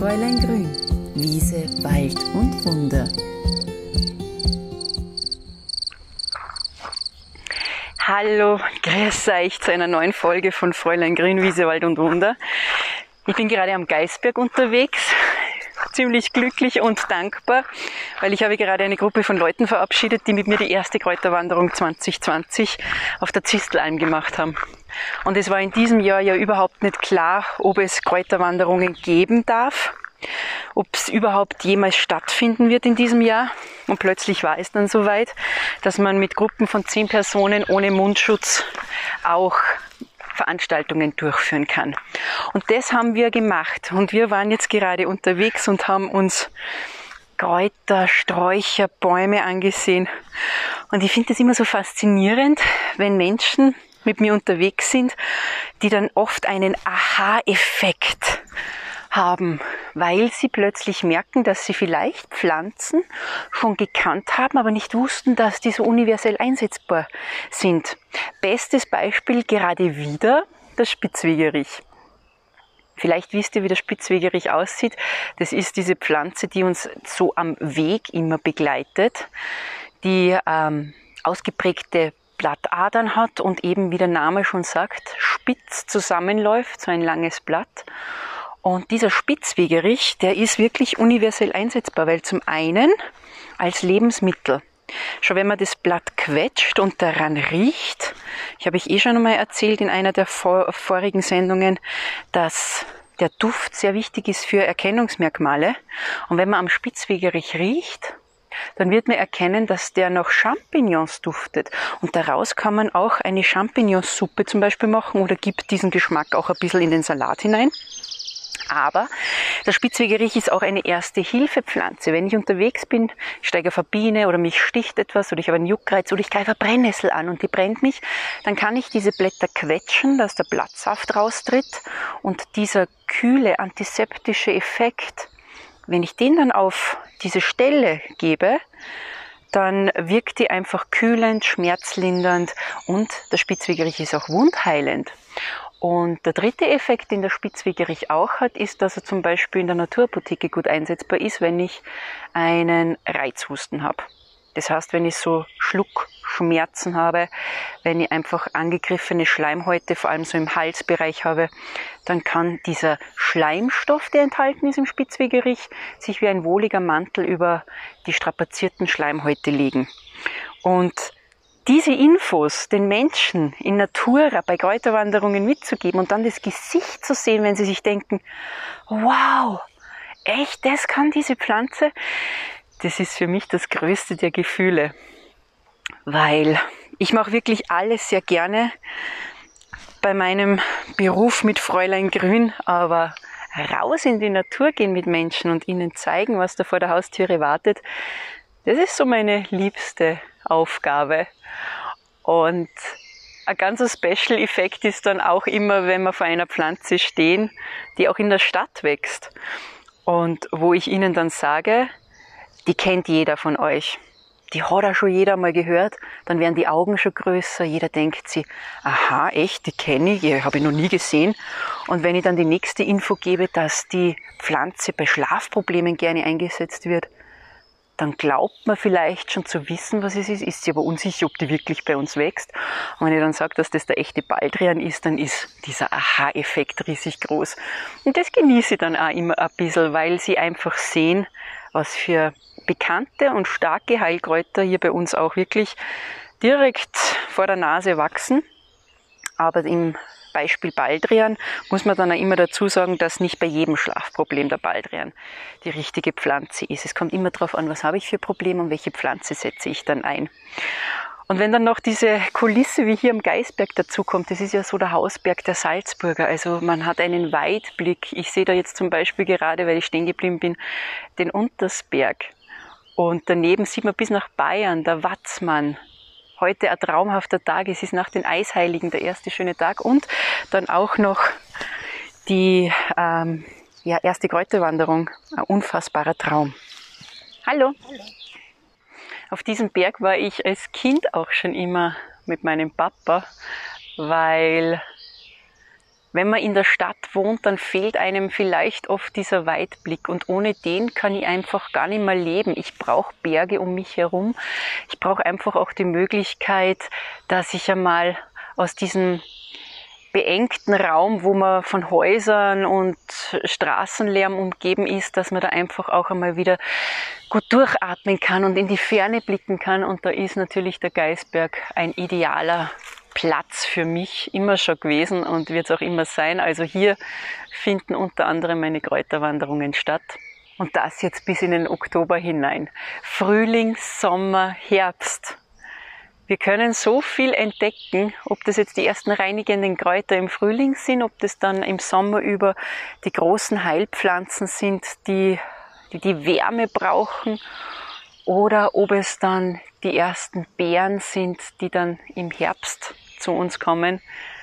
Fräulein Grün, Wiese, Wald und Wunder. Hallo, grüß euch zu einer neuen Folge von Fräulein Grün, Wiese, Wald und Wunder. Ich bin gerade am Geisberg unterwegs, ziemlich glücklich und dankbar, weil ich habe gerade eine Gruppe von Leuten verabschiedet, die mit mir die erste Kräuterwanderung 2020 auf der Zistelalm gemacht haben. Und es war in diesem Jahr ja überhaupt nicht klar, ob es Kräuterwanderungen geben darf, ob es überhaupt jemals stattfinden wird in diesem Jahr. Und plötzlich war es dann soweit, dass man mit Gruppen von 10 Personen ohne Mundschutz auch Veranstaltungen durchführen kann. Und das haben wir gemacht. Und wir waren jetzt gerade unterwegs und haben uns Kräuter, Sträucher, Bäume angesehen. Und ich finde das immer so faszinierend, wenn Menschen mit mir unterwegs sind, die dann oft einen Aha-Effekt haben, weil sie plötzlich merken, dass sie vielleicht Pflanzen schon gekannt haben, aber nicht wussten, dass die so universell einsetzbar sind. Bestes Beispiel gerade wieder das Spitzwegerich. Vielleicht wisst ihr, wie der Spitzwegerich aussieht. Das ist diese Pflanze, die uns so am Weg immer begleitet, die ausgeprägte Blattadern hat und eben, wie der Name schon sagt, spitz zusammenläuft, so ein langes Blatt. Und dieser Spitzwegerich, der ist wirklich universell einsetzbar, weil zum einen als Lebensmittel, schon wenn man das Blatt quetscht und daran riecht, ich habe eh schon einmal erzählt in einer der vorigen Sendungen, dass der Duft sehr wichtig ist für Erkennungsmerkmale. Und wenn man am Spitzwegerich riecht, dann wird man erkennen, dass der nach Champignons duftet. Und daraus kann man auch eine Champignonsuppe zum Beispiel machen oder gibt diesen Geschmack auch ein bisschen in den Salat hinein. Aber der Spitzwegerich ist auch eine Erste-Hilfe-Pflanze. Wenn ich unterwegs bin, ich steige auf eine Biene oder mich sticht etwas oder ich habe einen Juckreiz oder ich greife eine Brennnessel an und die brennt mich, dann kann ich diese Blätter quetschen, dass der Blattsaft raustritt und dieser kühle antiseptische Effekt, wenn ich den dann auf diese Stelle gebe, dann wirkt die einfach kühlend, schmerzlindernd und der Spitzwegerich ist auch wundheilend. Und der dritte Effekt, den der Spitzwegerich auch hat, ist, dass er zum Beispiel in der Naturapotheke gut einsetzbar ist, wenn ich einen Reizhusten habe. Das heißt, wenn ich so Schluckschmerzen habe, wenn ich einfach angegriffene Schleimhäute, vor allem so im Halsbereich habe, dann kann dieser Schleimstoff, der enthalten ist im Spitzwegerich, sich wie ein wohliger Mantel über die strapazierten Schleimhäute legen. Und diese Infos den Menschen in Natura bei Kräuterwanderungen mitzugeben und dann das Gesicht zu sehen, wenn sie sich denken, wow, echt, das kann diese Pflanze? Das ist für mich das größte der Gefühle, weil ich mache wirklich alles sehr gerne bei meinem Beruf mit Fräulein Grün, aber raus in die Natur gehen mit Menschen und ihnen zeigen, was da vor der Haustüre wartet, das ist so meine liebste Aufgabe. Und ein ganz Special Effekt ist dann auch immer, wenn wir vor einer Pflanze stehen, die auch in der Stadt wächst. Und wo ich ihnen dann sage, die kennt jeder von euch. Die hat auch schon jeder mal gehört. Dann werden die Augen schon größer. Jeder denkt sich, aha, echt, die kenne ich, die habe ich noch nie gesehen. Und wenn ich dann die nächste Info gebe, dass die Pflanze bei Schlafproblemen gerne eingesetzt wird, dann glaubt man vielleicht schon zu wissen, was es ist sie aber unsicher, ob die wirklich bei uns wächst. Und wenn ich dann sage, dass das der echte Baldrian ist, dann ist dieser Aha-Effekt riesig groß. Und das genieße ich dann auch immer ein bisschen, weil sie einfach sehen, was für bekannte und starke Heilkräuter hier bei uns auch wirklich direkt vor der Nase wachsen. Aber im Beispiel Baldrian muss man dann auch immer dazu sagen, dass nicht bei jedem Schlafproblem der Baldrian die richtige Pflanze ist. Es kommt immer darauf an, was habe ich für Probleme und welche Pflanze setze ich dann ein. Und wenn dann noch diese Kulisse wie hier am Geisberg dazukommt, das ist ja so der Hausberg der Salzburger, also man hat einen Weitblick. Ich sehe da jetzt zum Beispiel gerade, weil ich stehen geblieben bin, den Untersberg. Und daneben sieht man bis nach Bayern, der Watzmann. Heute ein traumhafter Tag, es ist nach den Eisheiligen der erste schöne Tag und dann auch noch die erste Kräuterwanderung, ein unfassbarer Traum. Hallo. Hallo! Auf diesem Berg war ich als Kind auch schon immer mit meinem Papa, weil wenn man in der Stadt wohnt, dann fehlt einem vielleicht oft dieser Weitblick und ohne den kann ich einfach gar nicht mehr leben. Ich brauche Berge um mich herum. Ich brauche einfach auch die Möglichkeit, dass ich einmal aus diesem beengten Raum, wo man von Häusern und Straßenlärm umgeben ist, dass man da einfach auch einmal wieder gut durchatmen kann und in die Ferne blicken kann. Und da ist natürlich der Gaisberg ein idealer Platz für mich immer schon gewesen und wird es auch immer sein. Also hier finden unter anderem meine Kräuterwanderungen statt. Und das jetzt bis in den Oktober hinein. Frühling, Sommer, Herbst. Wir können so viel entdecken, ob das jetzt die ersten reinigenden Kräuter im Frühling sind, ob das dann im Sommer über die großen Heilpflanzen sind, die Wärme brauchen, oder ob es dann die ersten Beeren sind, die dann im Herbst zu uns kommen.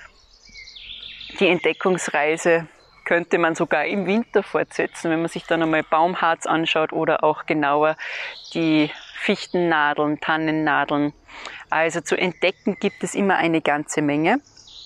Die Entdeckungsreise könnte man sogar im Winter fortsetzen, wenn man sich dann einmal Baumharz anschaut oder auch genauer die Fichtennadeln, Tannennadeln. Also zu entdecken gibt es immer eine ganze Menge.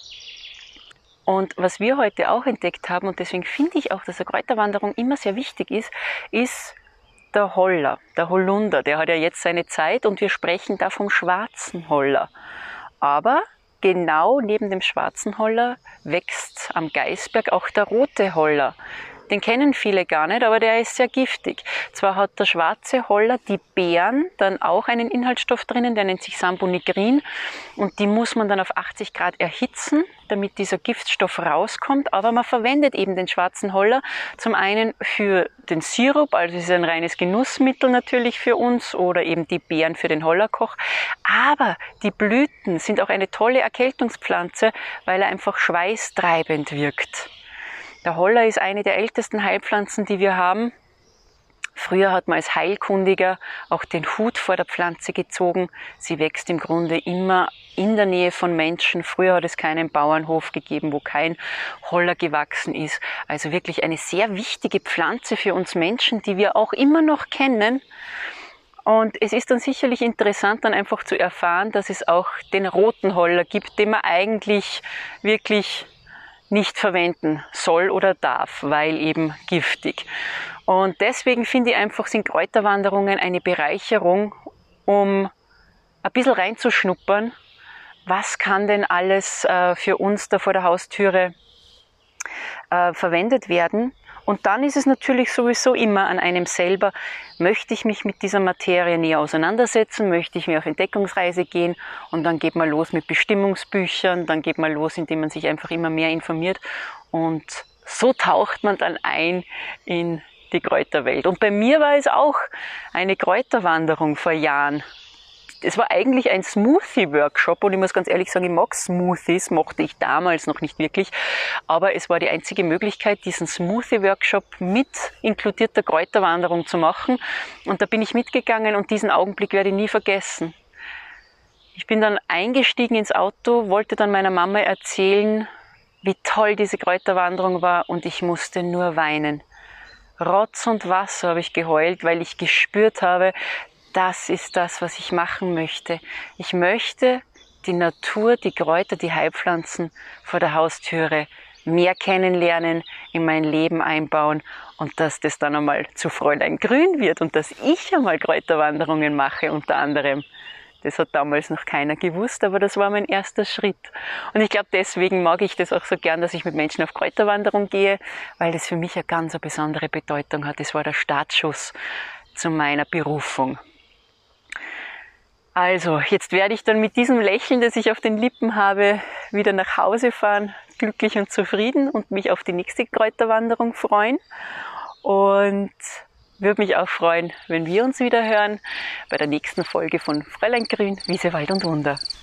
Und was wir heute auch entdeckt haben, und deswegen finde ich auch, dass eine Kräuterwanderung immer sehr wichtig ist, ist der Holler, der Holunder. Der hat ja jetzt seine Zeit und wir sprechen da vom schwarzen Holler. Aber genau neben dem schwarzen Holler wächst am Gaisberg auch der rote Holler. Den kennen viele gar nicht, aber der ist sehr giftig. Zwar hat der schwarze Holler die Beeren dann auch einen Inhaltsstoff drinnen, der nennt sich Sambonigrin und die muss man dann auf 80 Grad erhitzen, damit dieser Giftstoff rauskommt. Aber man verwendet eben den schwarzen Holler zum einen für den Sirup, also es ist ein reines Genussmittel natürlich für uns, oder eben die Beeren für den Hollerkoch. Aber die Blüten sind auch eine tolle Erkältungspflanze, weil er einfach schweißtreibend wirkt. Der Holler ist eine der ältesten Heilpflanzen, die wir haben. Früher hat man als Heilkundiger auch den Hut vor der Pflanze gezogen. Sie wächst im Grunde immer in der Nähe von Menschen. Früher hat es keinen Bauernhof gegeben, wo kein Holler gewachsen ist. Also wirklich eine sehr wichtige Pflanze für uns Menschen, die wir auch immer noch kennen. Und es ist dann sicherlich interessant, dann einfach zu erfahren, dass es auch den roten Holler gibt, den man eigentlich wirklich nicht verwenden soll oder darf, weil eben giftig. Und deswegen finde ich einfach, sind Kräuterwanderungen eine Bereicherung, um ein bisschen reinzuschnuppern, was kann denn alles für uns da vor der Haustüre verwendet werden. Und dann ist es natürlich sowieso immer an einem selber, möchte ich mich mit dieser Materie näher auseinandersetzen, möchte ich mir auf Entdeckungsreise gehen und dann geht man los mit Bestimmungsbüchern, dann geht man los, indem man sich einfach immer mehr informiert und so taucht man dann ein in die Kräuterwelt. Und bei mir war es auch eine Kräuterwanderung vor Jahren. Es war eigentlich ein Smoothie-Workshop und ich muss ganz ehrlich sagen, ich mag Smoothies, mochte ich damals noch nicht wirklich, aber es war die einzige Möglichkeit, diesen Smoothie-Workshop mit inkludierter Kräuterwanderung zu machen und da bin ich mitgegangen und diesen Augenblick werde ich nie vergessen. Ich bin dann eingestiegen ins Auto, wollte dann meiner Mama erzählen, wie toll diese Kräuterwanderung war und ich musste nur weinen. Rotz und Wasser habe ich geheult, weil ich gespürt habe, das ist das, was ich machen möchte. Ich möchte die Natur, die Kräuter, die Heilpflanzen vor der Haustüre mehr kennenlernen, in mein Leben einbauen und dass das dann einmal zu Fräulein Grün wird und dass ich einmal Kräuterwanderungen mache unter anderem. Das hat damals noch keiner gewusst, aber das war mein erster Schritt. Und ich glaube, deswegen mag ich das auch so gern, dass ich mit Menschen auf Kräuterwanderung gehe, weil das für mich eine ganz besondere Bedeutung hat. Das war der Startschuss zu meiner Berufung. Also, jetzt werde ich dann mit diesem Lächeln, das ich auf den Lippen habe, wieder nach Hause fahren, glücklich und zufrieden und mich auf die nächste Kräuterwanderung freuen. Und würde mich auch freuen, wenn wir uns wieder hören bei der nächsten Folge von Fräulein Grün, Wiese, Wald und Wunder.